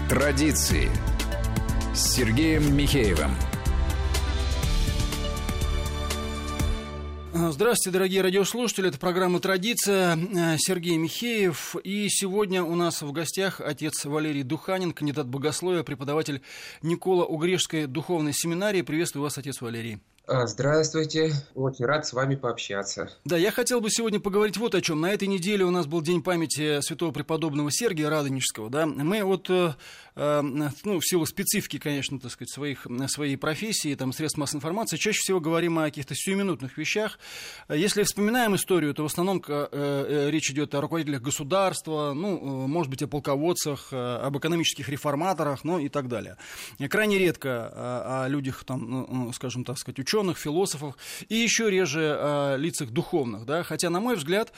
Традиции с Сергеем Михеевым. Здравствуйте, дорогие радиослушатели. Это программа «Традиция». Сергей Михеев. И сегодня у нас в гостях отец Валерий Духанин, кандидат богословия, преподаватель Николо-Угришской духовной семинарии. Приветствую вас, отец Валерий. Здравствуйте, очень рад с вами пообщаться. Да, я хотел бы сегодня поговорить вот о чем. На этой неделе у нас был день памяти святого преподобного Сергия Радонежского. Да? Мы вот, в силу специфики, конечно, так сказать, своей профессии, там, средств массовой информации, чаще всего говорим о каких-то сиюминутных вещах. Если вспоминаем историю, то в основном речь идет о руководителях государства, может быть, о полководцах, об экономических реформаторах, и так далее. Крайне редко о людях, там, скажем так сказать, ученых, философов, и еще реже о лицах духовных, да? Хотя, на мой взгляд,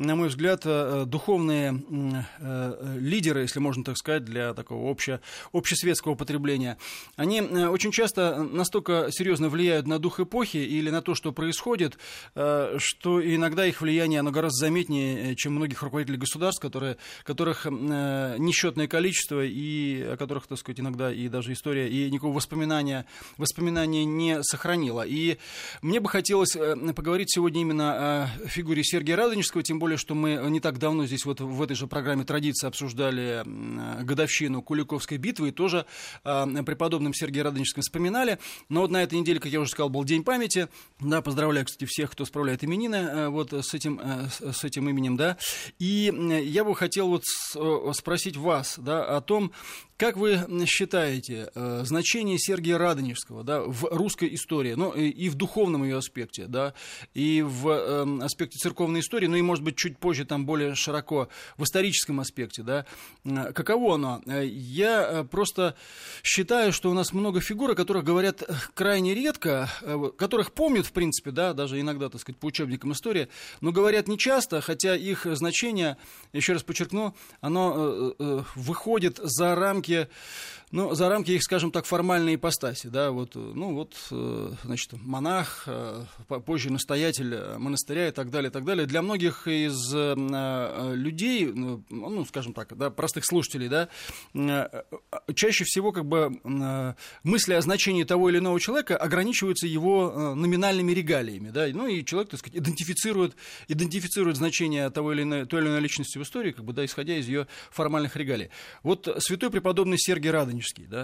духовные лидеры, если можно так сказать, для такого общесветского потребления, они очень часто настолько серьезно влияют на дух эпохи или на то, что происходит, что иногда их влияние, оно гораздо заметнее, чем многих руководителей государств, которых несчетное количество, и о которых, так сказать, иногда и даже история, и никакого воспоминания не сохранила. И мне бы хотелось поговорить сегодня именно о фигуре Сергия Радонежского, тем более, что мы не так давно здесь вот в этой же программе «Традиции» обсуждали годовщину Куликовской битвы и тоже о преподобном Сергии Радонежском вспоминали. Но вот на этой неделе, как я уже сказал, был День памяти. Да, поздравляю, кстати, всех, кто справляет именины вот с этим именем, да. И я бы хотел вот спросить вас, да, о том, как вы считаете значение Сергия Радонежского, да, в русской истории, и в духовном ее аспекте, да, и в аспекте церковной истории, и, может быть, чуть позже, там, более широко в историческом аспекте, да, каково оно? Я просто считаю, что у нас много фигур, о которых говорят крайне редко, которых помнят, в принципе, да, даже иногда, так сказать, по учебникам истории, но говорят нечасто, хотя их значение, еще раз подчеркну, оно выходит за рамки их, скажем так, формальной ипостаси, да, значит, монах, позже настоятель монастыря и так далее, и так далее. Для многих из людей, скажем так, да, простых слушателей, да, чаще всего, как бы, мысли о значении того или иного человека ограничиваются его номинальными регалиями, да, и человек, так сказать, идентифицирует значение той или иной личности в истории, как бы, да, исходя из ее формальных регалий. Вот святой преподобный Сергий Радонежский, да,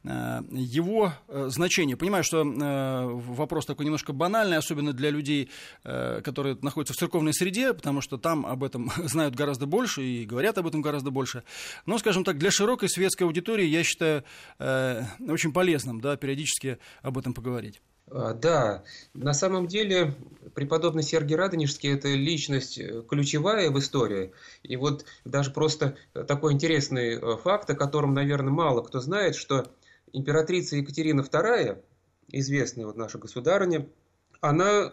его значение. Понимаю, что вопрос такой немножко банальный, особенно для людей, которые находятся в церковной среде, потому что там об этом знают гораздо больше и говорят об этом гораздо больше. Но, скажем так, для широкой светской аудитории я считаю очень полезным, да, периодически об этом поговорить. Да, на самом деле преподобный Сергий Радонежский – это личность ключевая в истории. И вот даже просто такой интересный факт, о котором, наверное, мало кто знает, что императрица Екатерина II, известная вот наша государыня, она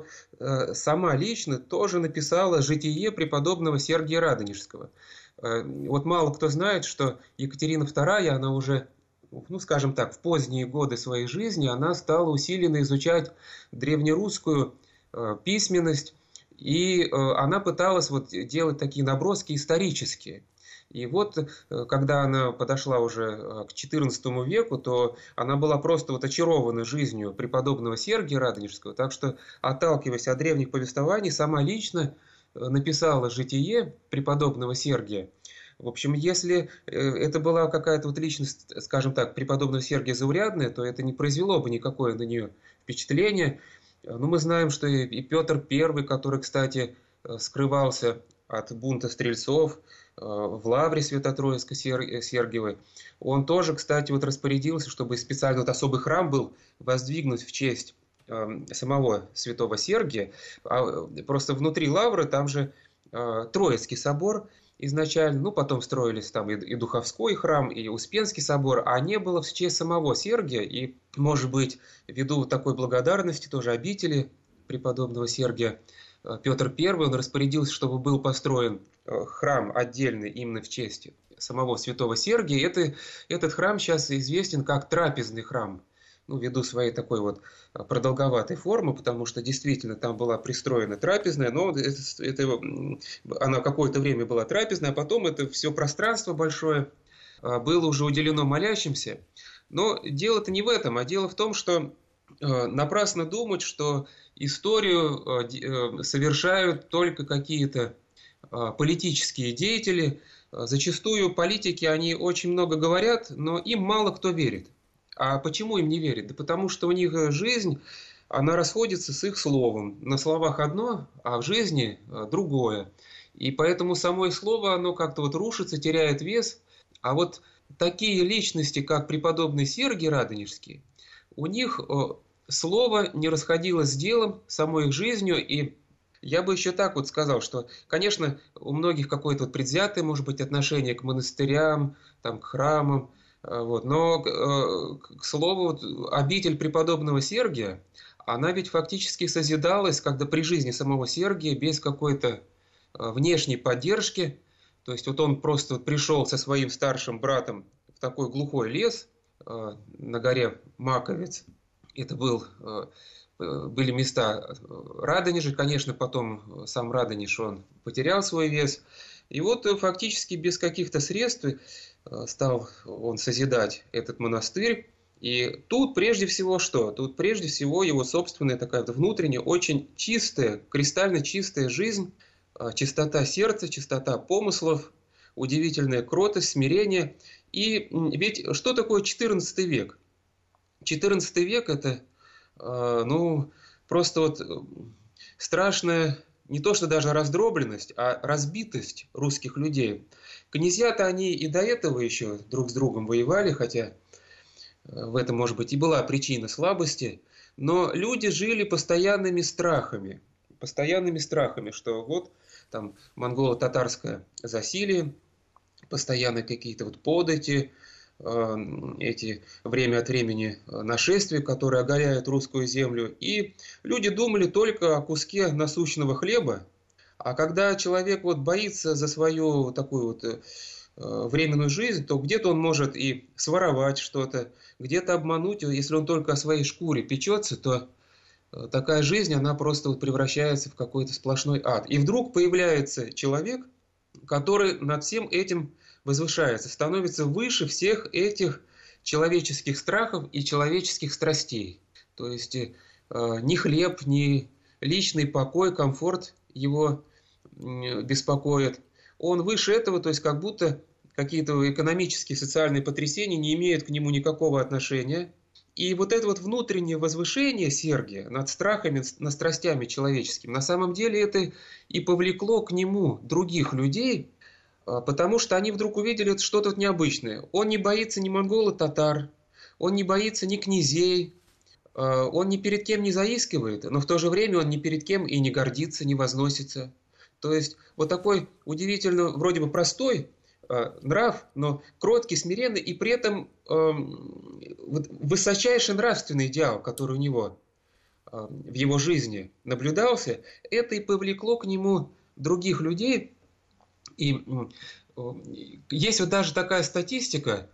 сама лично тоже написала житие преподобного Сергия Радонежского. Вот мало кто знает, что Екатерина II, она уже, скажем так, в поздние годы своей жизни она стала усиленно изучать древнерусскую письменность, и она пыталась делать такие наброски исторические. И вот, когда она подошла уже к XIV веку, то она была просто очарована жизнью преподобного Сергия Радонежского, так что, отталкиваясь от древних повествований, сама лично написала житие преподобного Сергия. В общем, если это была какая-то личность, скажем так, преподобного Сергия заурядная, то это не произвело бы никакое на нее впечатление. Но мы знаем, что и Петр I, который, кстати, скрывался от бунта стрельцов в лавре Свято-Троицко-Сергиевой, он тоже, кстати, распорядился, чтобы специально особый храм был воздвигнут в честь самого святого Сергия. Просто внутри лавры там же Троицкий собор изначально, потом строились там и Духовской храм, и Успенский собор, а не было в честь самого Сергия, и, может быть, ввиду такой благодарности тоже обители преподобного Сергия, Петр I, он распорядился, чтобы был построен храм отдельный именно в честь самого святого Сергия. Этот храм сейчас известен как трапезный храм. Ввиду своей такой продолговатой формы, потому что действительно там была пристроена трапезная, но она какое-то время была трапезная, а потом это все пространство большое было уже уделено молящимся. Но дело-то не в этом, а дело в том, что напрасно думать, что историю совершают только какие-то политические деятели. Зачастую политики, они очень много говорят, но им мало кто верит. А почему им не верит? Да потому что у них жизнь, она расходится с их словом. На словах одно, а в жизни другое. И поэтому само их слово, оно как-то вот рушится, теряет вес. А вот такие личности, как преподобный Сергий Радонежский, у них слово не расходилось с делом, самой их жизнью. И я бы еще так вот сказал, что, конечно, у многих какое-то вот предвзятое, может быть, отношение к монастырям, там, к храмам. Вот. Но, к слову, вот, обитель преподобного Сергия, она ведь фактически созидалась, когда при жизни самого Сергия, без какой-то внешней поддержки. То есть вот он просто вот пришел со своим старшим братом в такой глухой лес на горе Маковец. Это были места Радонежа. Конечно, потом сам Радонеж, он потерял свой вес. И вот фактически без каких-то средств стал он созидать этот монастырь. И тут прежде всего что? Тут прежде всего его собственная такая внутренняя, очень чистая, кристально чистая жизнь, чистота сердца, чистота помыслов, удивительная кротость, смирение. И ведь что такое XIV век? XIV век – это, просто вот страшная, не то что даже раздробленность, а разбитость русских людей. Князья-то они и до этого еще друг с другом воевали, хотя в этом, может быть, и была причина слабости, но люди жили постоянными страхами, что вот там монголо-татарское засилие, постоянно какие-то вот подати, эти время от времени нашествия, которые оголяют русскую землю. И люди думали только о куске насущного хлеба. А когда человек вот боится за свою такую вот временную жизнь, то где-то он может и своровать что-то, где-то обмануть. Если он только о своей шкуре печется, то такая жизнь, она просто вот превращается в какой-то сплошной ад. И вдруг появляется человек, который над всем этим возвышается, становится выше всех этих человеческих страхов и человеческих страстей. То есть ни хлеб, ни личный покой, комфорт его беспокоит. Он выше этого, то есть как будто какие-то экономические, социальные потрясения не имеют к нему никакого отношения. И вот это вот внутреннее возвышение Сергия над страхами, над страстями человеческими, на самом деле это и повлекло к нему других людей, потому что они вдруг увидели что-то необычное. Он не боится ни монголо-татар, он не боится ни князей, он ни перед кем не заискивает, но в то же время он ни перед кем и не гордится, не возносится. То есть вот такой удивительно, вроде бы простой нрав, но кроткий, смиренный, и при этом высочайший нравственный идеал, который у него в его жизни наблюдался, это и повлекло к нему других людей. И есть вот даже такая статистика,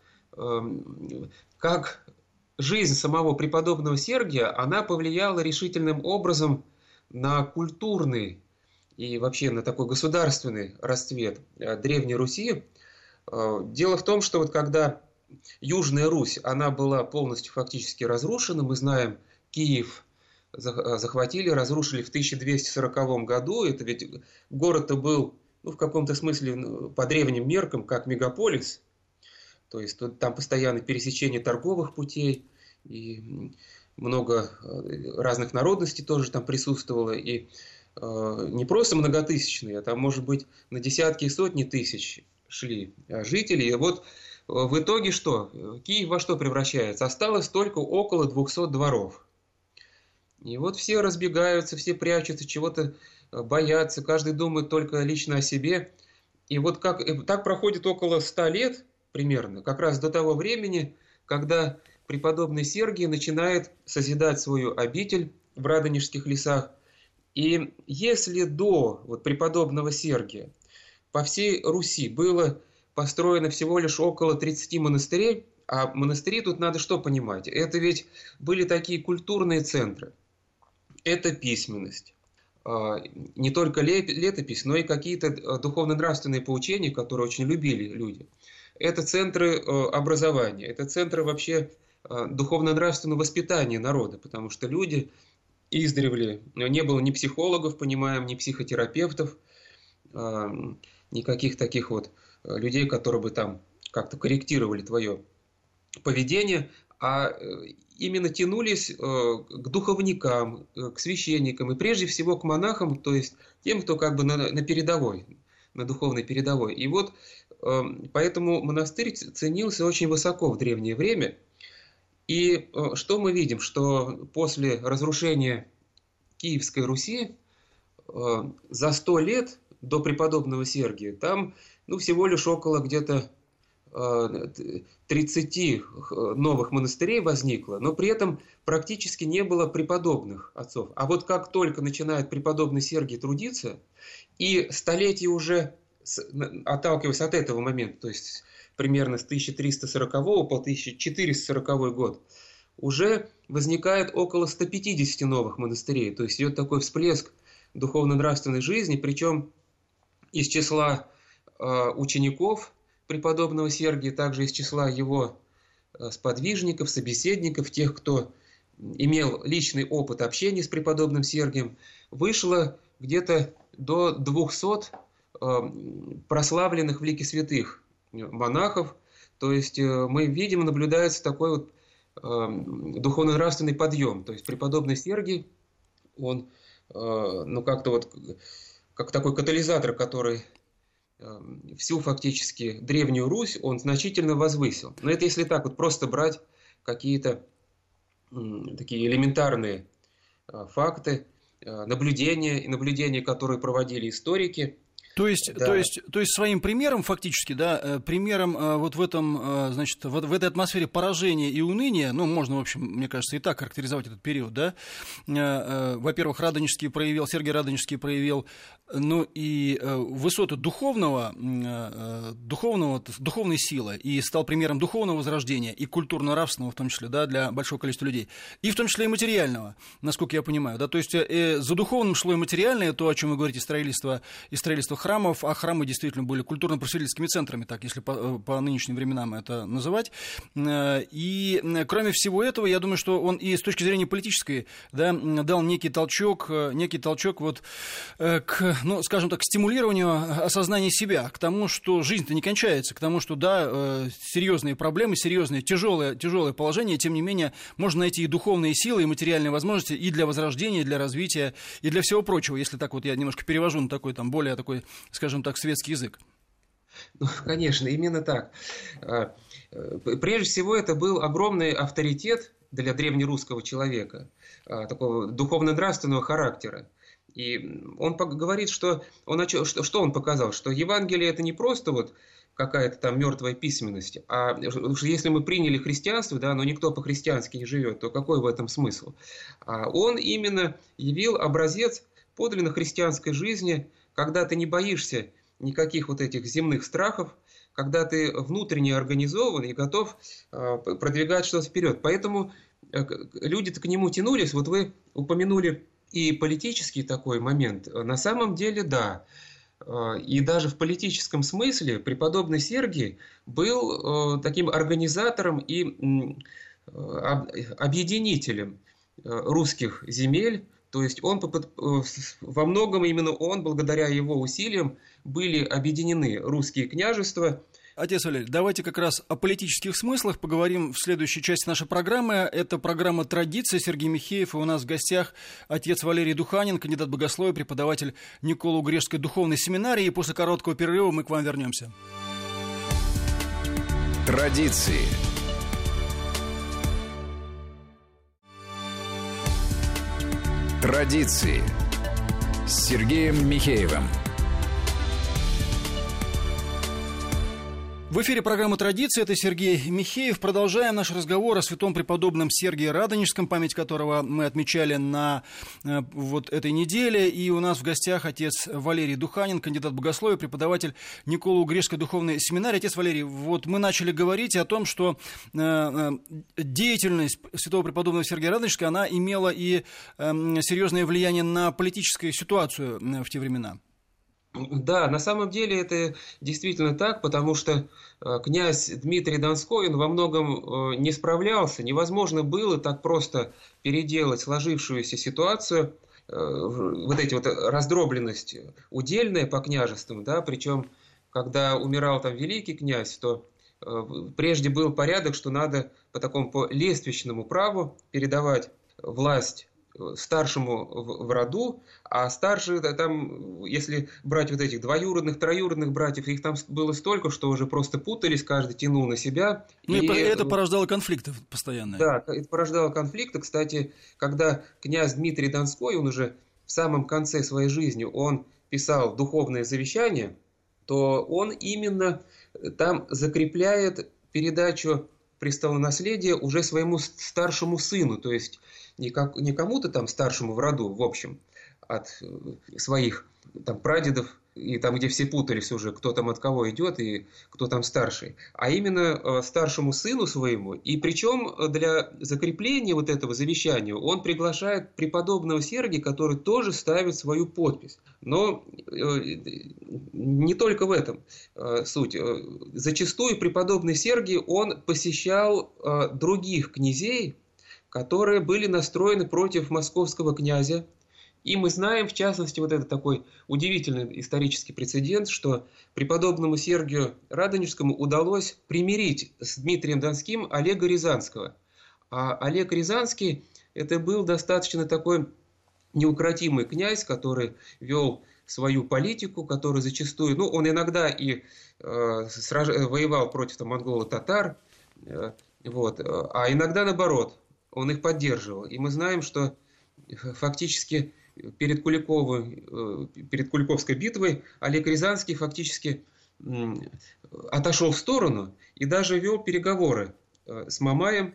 как жизнь самого преподобного Сергия, она повлияла решительным образом на культурный и вообще на такой государственный расцвет Древней Руси. Дело в том, что вот когда Южная Русь, она была полностью фактически разрушена, мы знаем, Киев захватили, разрушили в 1240 году, это ведь город-то был, в каком-то смысле по древним меркам, как мегаполис, то есть там постоянное пересечение торговых путей, и много разных народностей тоже там присутствовало, и не просто многотысячные, а там, может быть, на десятки и сотни тысяч шли жители. И вот в итоге что? Киев во что превращается? Осталось только около 200 дворов. И вот все разбегаются, все прячутся, чего-то боятся, каждый думает только лично о себе. И вот так проходит около 100 лет примерно, как раз до того времени, когда преподобный Сергий начинает созидать свою обитель в Радонежских лесах. И если до преподобного Сергия по всей Руси было построено всего лишь около 30 монастырей, а монастыри тут надо что понимать? Это ведь были такие культурные центры. Это письменность. Не только летопись, но и какие-то духовно-нравственные поучения, которые очень любили люди. это центры образования, это центры вообще духовно-нравственного воспитания народа, потому что люди издревле, не было ни психологов, понимаем, ни психотерапевтов, никаких таких вот людей, которые бы там как-то корректировали твое поведение, а именно тянулись к духовникам, к священникам и прежде всего к монахам, то есть тем, кто как бы на передовой, на духовной передовой. И вот поэтому монастырь ценился очень высоко в древнее время. И что мы видим? Что после разрушения Киевской Руси за 100 лет до преподобного Сергия там всего лишь около где-то 30 новых монастырей возникло, но при этом практически не было преподобных отцов. А вот как только начинает преподобный Сергий трудиться, и столетие уже, отталкиваясь от этого момента, то есть примерно с 1340 по 1440 год, уже возникает около 150 новых монастырей. То есть идет такой всплеск духовно-нравственной жизни, причем из числа учеников преподобного Сергия, также из числа его сподвижников, собеседников, тех, кто имел личный опыт общения с преподобным Сергием, вышло где-то до 200 прославленных в лике святых монахов. То есть мы видим, наблюдается такой вот духовно-нравственный подъем. То есть преподобный Сергий, он как-то вот как такой катализатор, который всю фактически Древнюю Русь он значительно возвысил. Но это если так вот просто брать какие-то такие элементарные факты, наблюдения, которые проводили историки. То есть своим примером фактически, да, примером вот в этом, значит, в этой атмосфере поражения и уныния, можно, в общем, мне кажется, и так характеризовать этот период, да, во-первых, Сергий Радонежский проявил, и высоту духовной силы, и стал примером духовного возрождения, и культурно-нравственного, в том числе, да, для большого количества людей, и в том числе и материального, насколько я понимаю, да, то есть за духовным шло и материальное, то, о чем вы говорите, строительство храмов, а храмы действительно были культурно-просветительскими центрами, так, если по нынешним временам это называть. И, кроме всего этого, я думаю, что он и с точки зрения политической, да, дал некий толчок вот к, скажем так, стимулированию осознания себя, к тому, что жизнь-то не кончается, к тому, что, да, серьезные проблемы, серьезное, тяжелое положение, тем не менее, можно найти и духовные силы, и материальные возможности и для возрождения, и для развития, и для всего прочего, если так вот я немножко перевожу на такой, более такой, скажем так, светский язык. Конечно, именно так. Прежде всего, это был огромный авторитет для древнерусского человека, такого духовно-нравственного характера. И он говорит, что он показал, что Евангелие это не просто вот какая-то там мертвая письменность, а если мы приняли христианство, да, но никто по-христиански не живет, то какой в этом смысл? Он именно явил образец подлинно христианской жизни, когда ты не боишься никаких вот этих земных страхов, когда ты внутренне организован и готов продвигать что-то вперед. Поэтому люди-то к нему тянулись. Вот вы упомянули и политический такой момент. На самом деле, да. И даже в политическом смысле преподобный Сергий был таким организатором и объединителем русских земель. То есть он во многом именно он, благодаря его усилиям, были объединены русские княжества. Отец Валерий, давайте как раз о политических смыслах поговорим в следующей части нашей программы. Это программа «Традиция». Сергей Михеев, и у нас в гостях отец Валерий Духанин, кандидат богословия, преподаватель Николо-Угрешской духовной семинарии. И после короткого перерыва мы к вам вернемся. Традиции. Традиции с Сергеем Михеевым. В эфире программа «Традиции». Это Сергей Михеев. Продолжаем наш разговор о святом преподобном Сергии Радонежском, память которого мы отмечали на вот этой неделе. И у нас в гостях отец Валерий Духанин, кандидат богословия, преподаватель Николо-Угрешской духовной семинарии. Отец Валерий, вот мы начали говорить о том, что деятельность святого преподобного Сергия Радонежского, она имела и серьезное влияние на политическую ситуацию в те времена. Да, на самом деле это действительно так, потому что князь Дмитрий Донской он во многом не справлялся. Невозможно было так просто переделать сложившуюся ситуацию, вот эти вот раздробленность удельная по княжествам, да, причем когда умирал там великий князь, то прежде был порядок, что надо по такому по лествичному праву передавать власть старшему в роду, а старшие там, если брать вот этих двоюродных, троюродных братьев, их там было столько, что уже просто путались, каждый тянул на себя. Ну и это порождало конфликты постоянные. Да, это порождало конфликты. Кстати, когда князь Дмитрий Донской, он уже в самом конце своей жизни, он писал духовное завещание, то он именно там закрепляет передачу престолонаследия уже своему старшему сыну, то есть не кому-то там старшему в роду, в общем, от своих там прадедов, и там, где все путались уже, кто там от кого идет и кто там старший, а именно старшему сыну своему. И причем для закрепления вот этого завещания он приглашает преподобного Сергия, который тоже ставит свою подпись. Но не только в этом суть. Зачастую преподобный Сергий, он посещал других князей, которые были настроены против московского князя. И мы знаем, в частности, вот это такой удивительный исторический прецедент, что преподобному Сергию Радонежскому удалось примирить с Дмитрием Донским Олега Рязанского. А Олег Рязанский – это был достаточно такой неукротимый князь, который вел свою политику, который зачастую, ну, он иногда и воевал против монголо-татар, вот, а иногда наоборот, он их поддерживал. И мы знаем, что фактически перед Куликовской битвой Олег Рязанский фактически отошел в сторону и даже вел переговоры с Мамаем,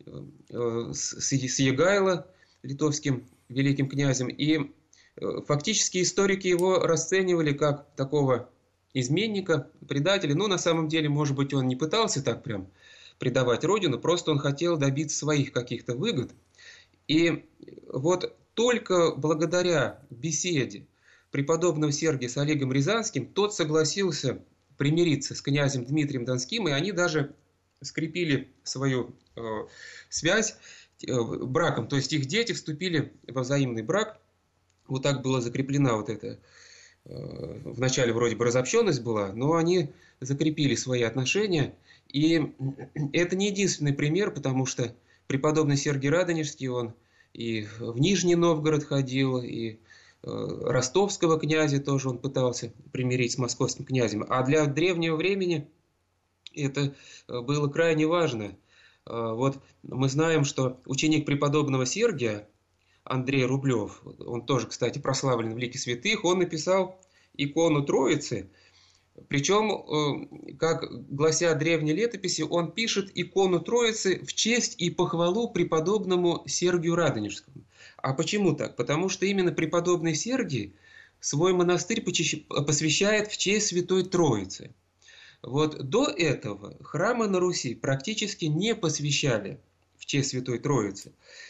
с Егайло, литовским великим князем. И фактически историки его расценивали как такого изменника, предателя. Ну, на самом деле, может быть, он не пытался так прям предавать родину, просто он хотел добиться своих каких-то выгод. И вот только благодаря беседе преподобного Сергия с Олегом Рязанским тот согласился примириться с князем Дмитрием Донским, и они даже скрепили свою связь браком, то есть их дети вступили во взаимный брак. Вот так была закреплена вот эта, вначале вроде бы разобщенность была, но они закрепили свои отношения. И это не единственный пример, потому что преподобный Сергий Радонежский, он и в Нижний Новгород ходил, и ростовского князя тоже он пытался примирить с московским князем. А для древнего времени это было крайне важно. Вот мы знаем, что ученик преподобного Сергия, Андрей Рублев, он тоже, кстати, прославлен в лике святых, он написал икону Троицы. Причем, как гласят древние летописи, он пишет икону Троицы в честь и похвалу преподобному Сергию Радонежскому. А почему так? Потому что именно преподобный Сергий свой монастырь посвящает в честь Святой Троицы. Вот до этого храмы на Руси практически не посвящали в честь Святой Троицы.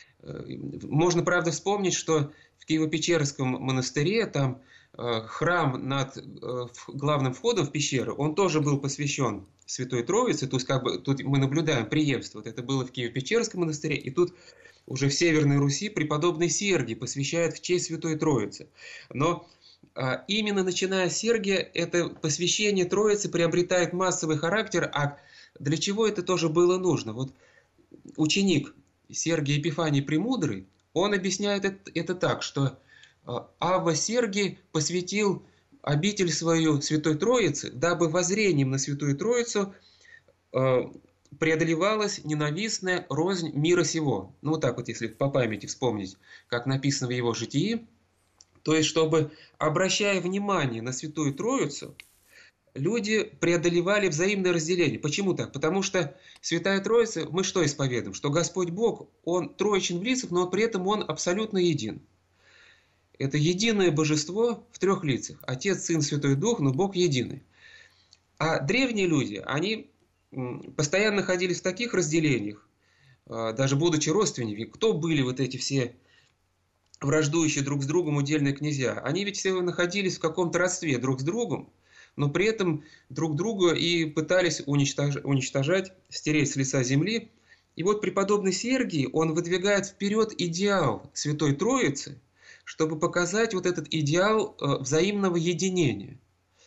Можно, правда, вспомнить, что в Киево-Печерском монастыре там храм над главным входом в пещеру, он тоже был посвящен Святой Троице, то есть как бы тут мы наблюдаем преемство. Вот это было в Киево-Печерском монастыре, и тут уже в Северной Руси преподобный Сергий посвящает в честь Святой Троицы. Но именно начиная с Сергия это посвящение Троицы приобретает массовый характер, а для чего это тоже было нужно? Вот ученик Сергий Епифаний Премудрый, он объясняет это так, что Авва Сергий посвятил обитель свою Святой Троице, дабы воззрением на Святую Троицу преодолевалась ненавистная рознь мира сего. Ну вот так вот, если по памяти вспомнить, как написано в его житии, то есть, чтобы, обращая внимание на Святую Троицу, люди преодолевали взаимное разделение. Почему так? Потому что Святая Троица, мы что исповедуем? Что Господь Бог, Он троичен в лицах, но при этом Он абсолютно един. Это единое божество в трех лицах. Отец, Сын, Святой Дух, но Бог единый. А древние люди, они постоянно находились в таких разделениях, даже будучи родственниками. Кто были вот эти все враждующие друг с другом удельные князья, они ведь все находились в каком-то родстве друг с другом, но при этом друг друга и пытались уничтожать, стереть с лица земли. И вот преподобный Сергий, он выдвигает вперед идеал Святой Троицы, чтобы показать вот этот идеал взаимного единения.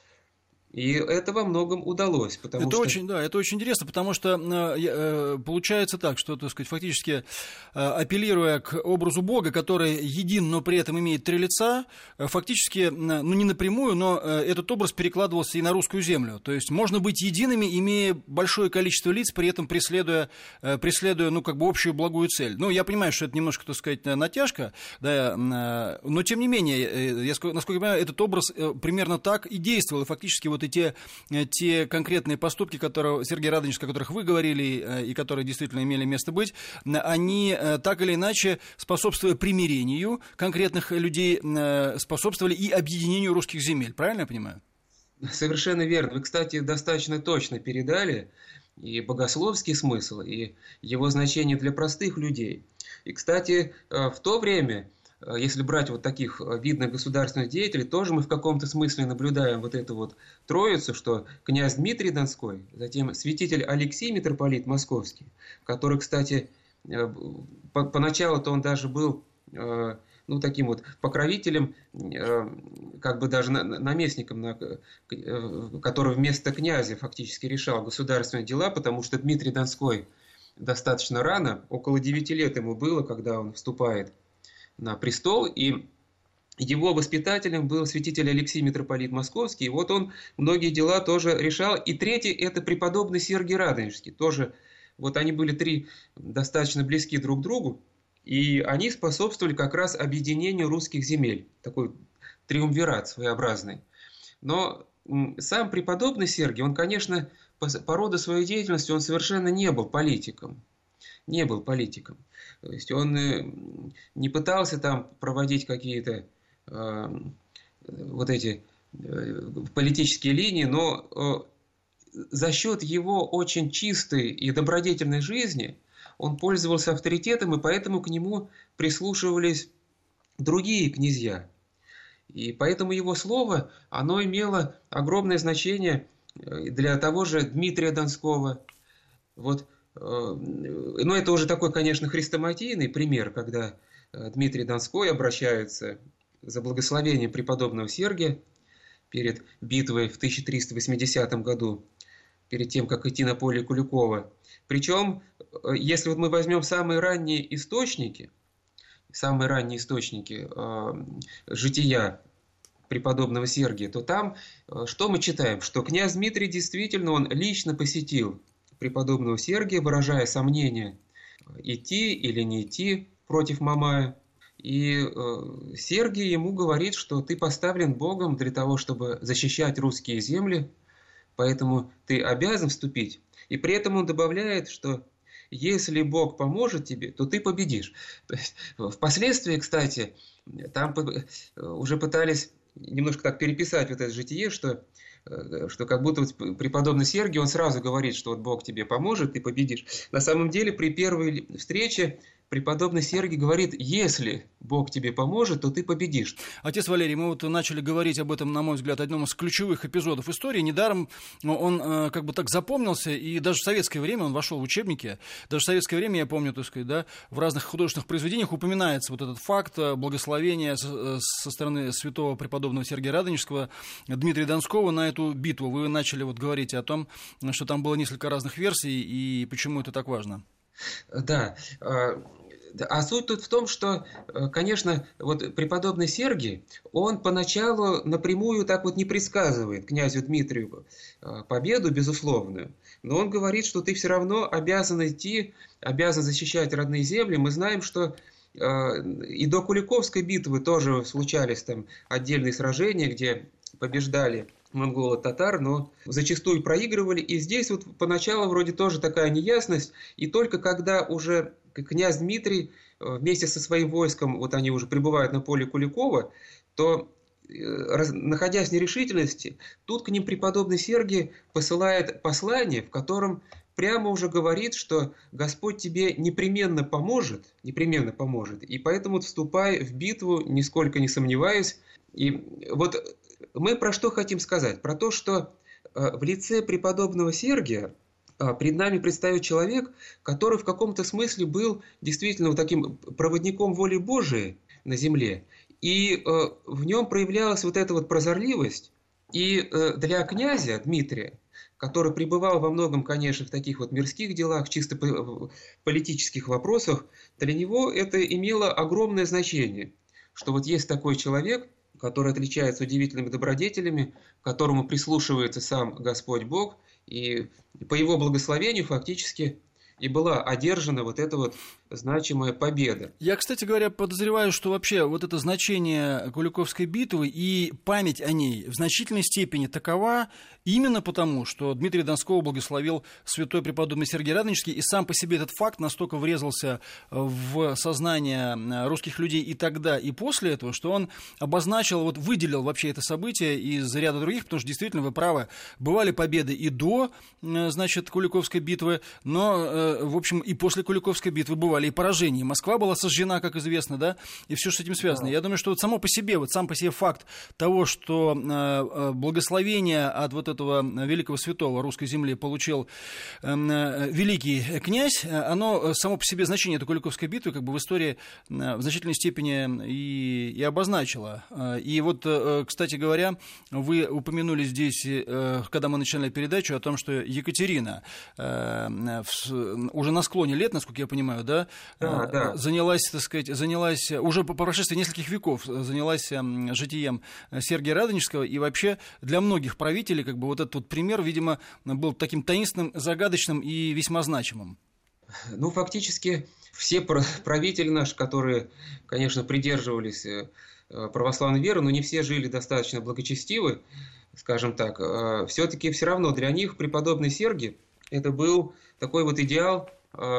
И это во многом удалось, потому что... Это очень интересно, потому что получается так, что, так сказать, фактически апеллируя к образу Бога, который един, но при этом имеет три лица, фактически, ну не напрямую, но этот образ перекладывался и на русскую землю. То есть можно быть едиными, имея большое количество лиц, при этом преследуя ну, как бы общую благую цель. Ну, я понимаю, что это немножко, так сказать, натяжка, да, но тем не менее, насколько я понимаю, этот образ примерно так и действовал, и фактически вот и те конкретные поступки, которые, Сергий Радонежский, о которых вы говорили и которые действительно имели место быть, они так или иначе, способствуя примирению конкретных людей, способствовали и объединению русских земель. Правильно я понимаю? Совершенно верно. Вы, кстати, достаточно точно передали и богословский смысл, и его значение для простых людей. И, кстати, в то время... Если брать вот таких видных государственных деятелей, тоже мы в каком-то смысле наблюдаем вот эту вот троицу, что князь Дмитрий Донской, затем святитель Алексий, митрополит Московский, который, кстати, поначалу-то он даже был, ну, таким вот покровителем, как бы даже наместником, который вместо князя фактически решал государственные дела, потому что Дмитрий Донской достаточно рано, около 9 лет ему было, когда он вступает на престол, и его воспитателем был святитель Алексий, митрополит Московский, и вот он многие дела тоже решал. И третий – это преподобный Сергий Радонежский, тоже, вот они были три достаточно близки друг к другу, и они способствовали как раз объединению русских земель, такой триумвират своеобразный. Но сам преподобный Сергий, он, конечно, по роду своей деятельности, он совершенно не был политиком. Не был политиком. То есть он не пытался там проводить какие-то вот эти политические линии, но за счет его очень чистой и добродетельной жизни он пользовался авторитетом, и поэтому к нему прислушивались другие князья. И поэтому его слово, оно имело огромное значение для того же Дмитрия Донского. Вот. Но это уже такой, конечно, хрестоматийный пример, когда Дмитрий Донской обращается за благословением преподобного Сергия перед битвой в 1380 году, перед тем, как идти на поле Куликова. Причем, если вот мы возьмем самые ранние источники жития преподобного Сергия, то там что мы читаем? Что князь Дмитрий действительно, он лично посетил преподобного Сергия, выражая сомнения, идти или не идти против Мамая. И Сергий ему говорит, что ты поставлен Богом для того, чтобы защищать русские земли, поэтому ты обязан вступить. И при этом он добавляет, что если Бог поможет тебе, то ты победишь. То есть, впоследствии, кстати, там уже пытались немножко так переписать вот это житие, что как будто вот преподобный Сергий, он сразу говорит, что вот Бог тебе поможет, ты победишь. На самом деле, при первой встрече преподобный Сергий говорит, если Бог тебе поможет, то ты победишь. Отец Валерий, мы вот начали говорить об этом, на мой взгляд, одном из ключевых эпизодов истории. Недаром он как бы так запомнился, и даже в советское время он вошел в учебники. Даже в советское время, я помню, так сказать, да, в разных художественных произведениях упоминается вот этот факт благословения со стороны святого преподобного Сергия Радонежского Дмитрия Донского на эту битву. Вы начали вот говорить о том, что там было несколько разных версий, и почему это так важно. Да, а суть тут в том, что, конечно, вот преподобный Сергий, он поначалу напрямую так вот не предсказывает князю Дмитрию победу безусловную, но он говорит, что ты все равно обязан идти, обязан защищать родные земли. Мы знаем, что и до Куликовской битвы тоже случались там отдельные сражения, где побеждали монголо-татар, но зачастую проигрывали. И здесь вот поначалу вроде тоже такая неясность. И только когда уже князь Дмитрий вместе со своим войском, вот они уже прибывают на поле Куликова, то, находясь в нерешительности, тут к ним преподобный Сергий посылает послание, в котором прямо уже говорит, что Господь тебе непременно поможет, и поэтому вступай в битву, нисколько не сомневаюсь. И вот мы про что хотим сказать? Про то, что в лице преподобного Сергия пред нами предстает человек, который в каком-то смысле был действительно вот таким проводником воли Божией на земле. И в нем проявлялась вот эта вот прозорливость. И для князя Дмитрия, который пребывал во многом, конечно, в таких вот мирских делах, чисто политических вопросах, для него это имело огромное значение, что вот есть такой человек, который отличается удивительными добродетелями, к которому прислушивается сам Господь Бог, и по его благословению фактически и была одержана вот эта вот значимая победа. Я, кстати говоря, подозреваю, что вообще вот это значение Куликовской битвы и память о ней в значительной степени такова именно потому, что Дмитрия Донского благословил святой преподобный Сергий Радонежский, и сам по себе этот факт настолько врезался в сознание русских людей и тогда, и после этого, что он обозначил, вот выделил вообще это событие из ряда других, потому что действительно, вы правы, бывали победы и до, значит, Куликовской битвы, но, в общем, и после Куликовской битвы бывали и поражения. Москва была сожжена, как известно, да, и все, что с этим связано. Я думаю, что вот само по себе, вот сам по себе факт того, что благословение от вот этого великого святого русской земли получил великий князь, оно само по себе значение этой Куликовской битвы как бы в истории в значительной степени и обозначило. И вот, кстати говоря, вы упомянули здесь, когда мы начинали передачу, о том, что Екатерина уже на склоне лет, насколько я понимаю, да, занялась, так сказать, уже по прошествии нескольких веков занялась житием Сергия Радонежского, и вообще для многих правителей как бы вот этот вот пример, видимо, был таким таинственным, загадочным и весьма значимым. Ну, фактически все правители наши, которые, конечно, придерживались православной веры, но не все жили достаточно благочестивы, скажем так, все-таки все равно для них преподобный Сергий это был такой вот идеал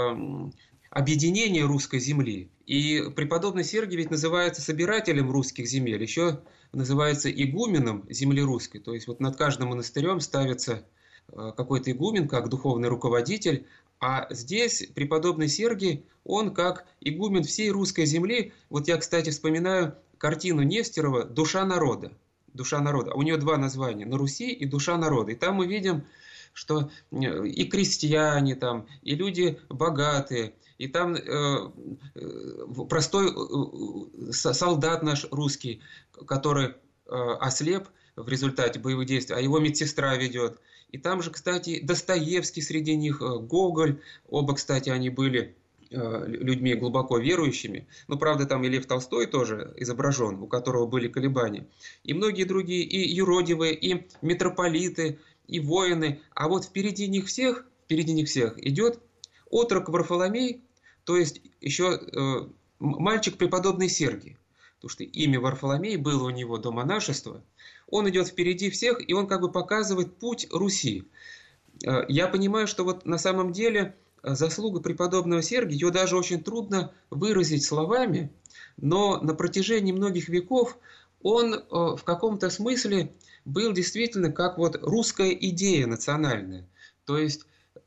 объединения русской земли. И преподобный Сергий ведь называется собирателем русских земель, еще называется игуменом земли русской. То есть вот над каждым монастырем ставится какой-то игумен, как духовный руководитель, а здесь преподобный Сергий, он как игумен всей русской земли. Вот я, кстати, вспоминаю картину Нестерова «Душа народа». «Душа народа». У нее два названия – «На Руси» и «Душа народа». И там мы видим, что и крестьяне там, и люди богатые, и там простой солдат наш русский, который ослеп в результате боевых действий, а его медсестра ведет. И там же, кстати, Достоевский среди них, Гоголь, оба, кстати, они были людьми глубоко верующими. Но, правда, там и Лев Толстой тоже изображен, у которого были колебания. И многие другие, и юродивые, и митрополиты, и воины, а вот впереди них всех идет отрок Варфоломей, то есть еще мальчик преподобный Сергий, потому что имя Варфоломей было у него до монашества. Он идет впереди всех, и он как бы показывает путь Руси. Я понимаю, что вот на самом деле заслуга преподобного Сергия, ее даже очень трудно выразить словами, но на протяжении многих веков он в каком-то смысле был действительно как вот русская идея национальная. То есть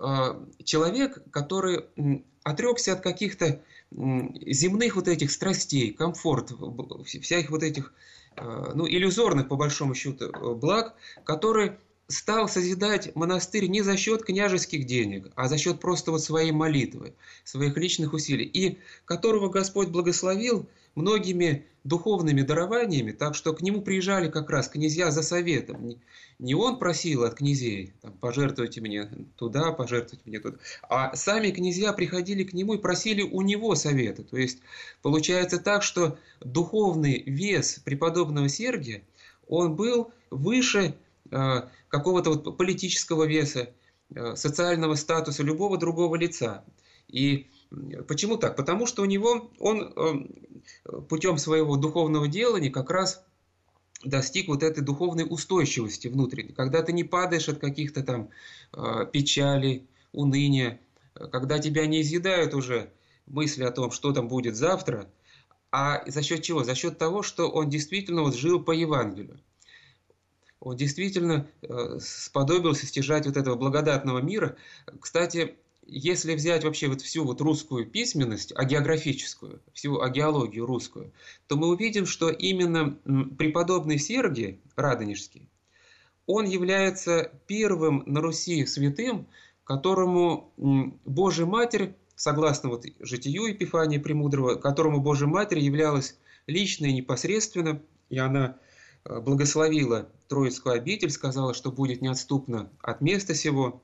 человек, который отрекся от каких-то земных вот этих страстей, комфорт, всяких вот этих иллюзорных, по большому счету, благ, который стал созидать монастырь не за счет княжеских денег, а за счет просто вот своей молитвы, своих личных усилий, и которого Господь благословил многими духовными дарованиями, так что к нему приезжали как раз князья за советом. Не он просил от князей, там, пожертвуйте мне туда, пожертвуйте мне туда, а сами князья приходили к нему и просили у него совета. То есть получается так, что духовный вес преподобного Сергия, он был выше какого-то вот политического веса, социального статуса любого другого лица. И почему так? Потому что у него, он путем своего духовного делания как раз достиг вот этой духовной устойчивости внутренней. Когда ты не падаешь от каких-то там печалей, уныния, когда тебя не изъедают уже мысли о том, что там будет завтра, а за счет чего? За счет того, что он действительно вот жил по Евангелию. он действительно сподобился стяжать вот этого благодатного мира. Кстати, если взять вообще вот всю вот русскую письменность, агеографическую, всю агеологию русскую, то мы увидим, что именно преподобный Сергий Радонежский, он является первым на Руси святым, которому Божья Матерь, согласно вот житию Епифания Премудрого, которому Божья Матерь являлась лично и непосредственно, и она благословила Троицкую обитель, сказала, что будет неотступно от места сего.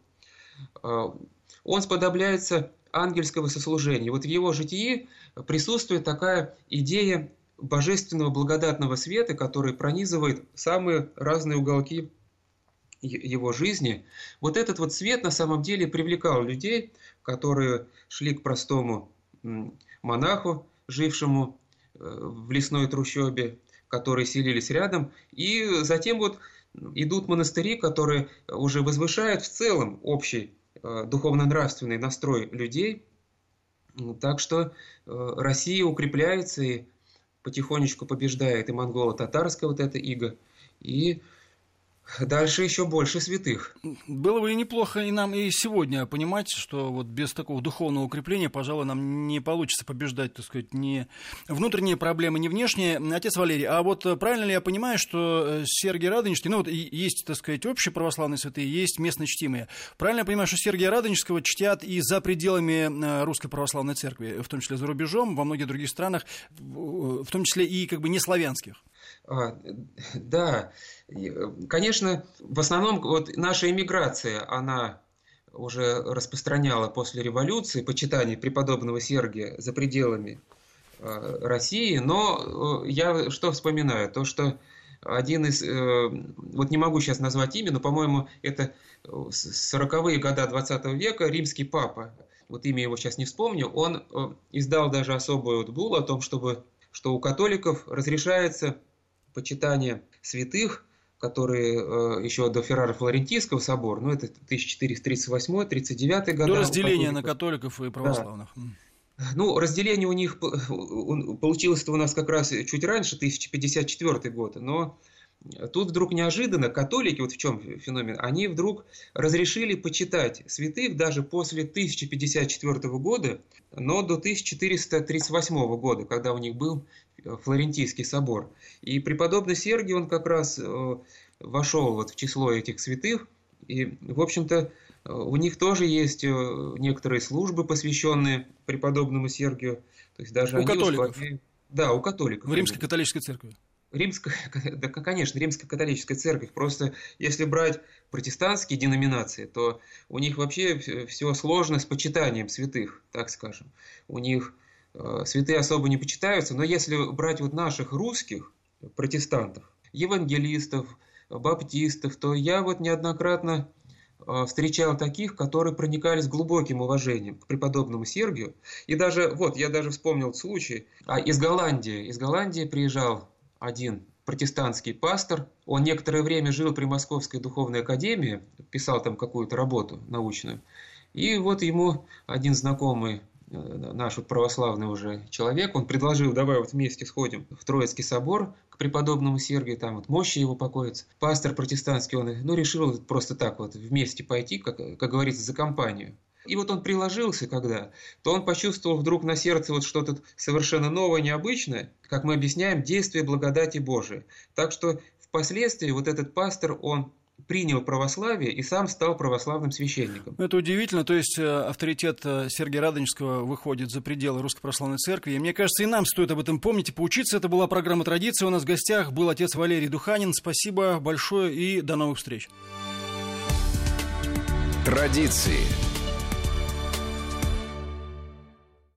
Он сподобляется ангельского сослужения. Вот в его житии присутствует такая идея божественного благодатного света, который пронизывает самые разные уголки его жизни. Вот этот вот свет на самом деле привлекал людей, которые шли к простому монаху, жившему в лесной трущобе, которые селились рядом, и затем вот идут монастыри, которые уже возвышают в целом общий духовно-нравственный настрой людей. Так что Россия укрепляется и потихонечку побеждает и монголо-татарская вот эта ига, и дальше еще больше святых. Было бы и неплохо и нам и сегодня понимать, что вот без такого духовного укрепления, пожалуй, нам не получится побеждать, так сказать, ни внутренние проблемы, ни внешние. Отец Валерий, а вот правильно ли я понимаю, что Сергий Радонежский, ну вот есть, так сказать, общие православные святые, есть местно чтимые. Правильно я понимаю, что Сергия Радонежского чтят и за пределами Русской Православной Церкви, в том числе за рубежом, во многих других странах, в том числе и как бы не славянских? Да, конечно, в основном вот наша эмиграция, она уже распространяла после революции почитание преподобного Сергия за пределами России, но я что вспоминаю, то что один из, вот не могу сейчас назвать имя, но, по-моему, это 40-е годы 20 века римский папа, вот имя его сейчас не вспомню, он издал даже особую вот буллу о том, что у католиков разрешается почитание святых, которые еще до Феррара-Флорентийского собора, ну это 1438-39 года. До разделения на католиков и православных. Да. Ну, разделение у них получилось-то у нас как раз чуть раньше, 1054 год, но тут вдруг неожиданно католики, вот в чем феномен, они вдруг разрешили почитать святых даже после 1054 года, но до 1438 года, когда у них был Флорентийский собор. И преподобный Сергий, он как раз вошел вот в число этих святых, и, в общем-то, у них тоже есть некоторые службы, посвященные преподобному Сергию. То есть даже у католиков? Да, у католиков. В Римской католической церкви? Да, конечно, Римская католическая церковь. Просто если брать протестантские деноминации, то у них вообще все сложно с почитанием святых, так скажем. У них святые особо не почитаются, но если брать вот наших русских протестантов, евангелистов, баптистов, то я вот неоднократно встречал таких, которые проникались глубоким уважением к преподобному Сергию. И даже, вот, я даже вспомнил случай, из Голландии приезжал один протестантский пастор, он некоторое время жил при Московской духовной академии, писал там какую-то работу научную, и вот ему один знакомый, наш вот православный уже человек, он предложил: давай вот вместе сходим в Троицкий собор к преподобному Сергию, там вот мощи его покоятся. Пастор протестантский, он решил просто так вот вместе пойти, как говорится, за компанию. И вот он приложился когда, то он почувствовал вдруг на сердце вот что-то совершенно новое, необычное, как мы объясняем, действие благодати Божией. Так что впоследствии вот этот пастор, он принял православие и сам стал православным священником. Это удивительно, то есть авторитет Сергия Радонежского выходит за пределы Русской Православной Церкви, и мне кажется, и нам стоит об этом помнить и поучиться. Это была программа «Традиция», у нас в гостях был отец Валерий Духанин. Спасибо большое и до новых встреч. Традиции.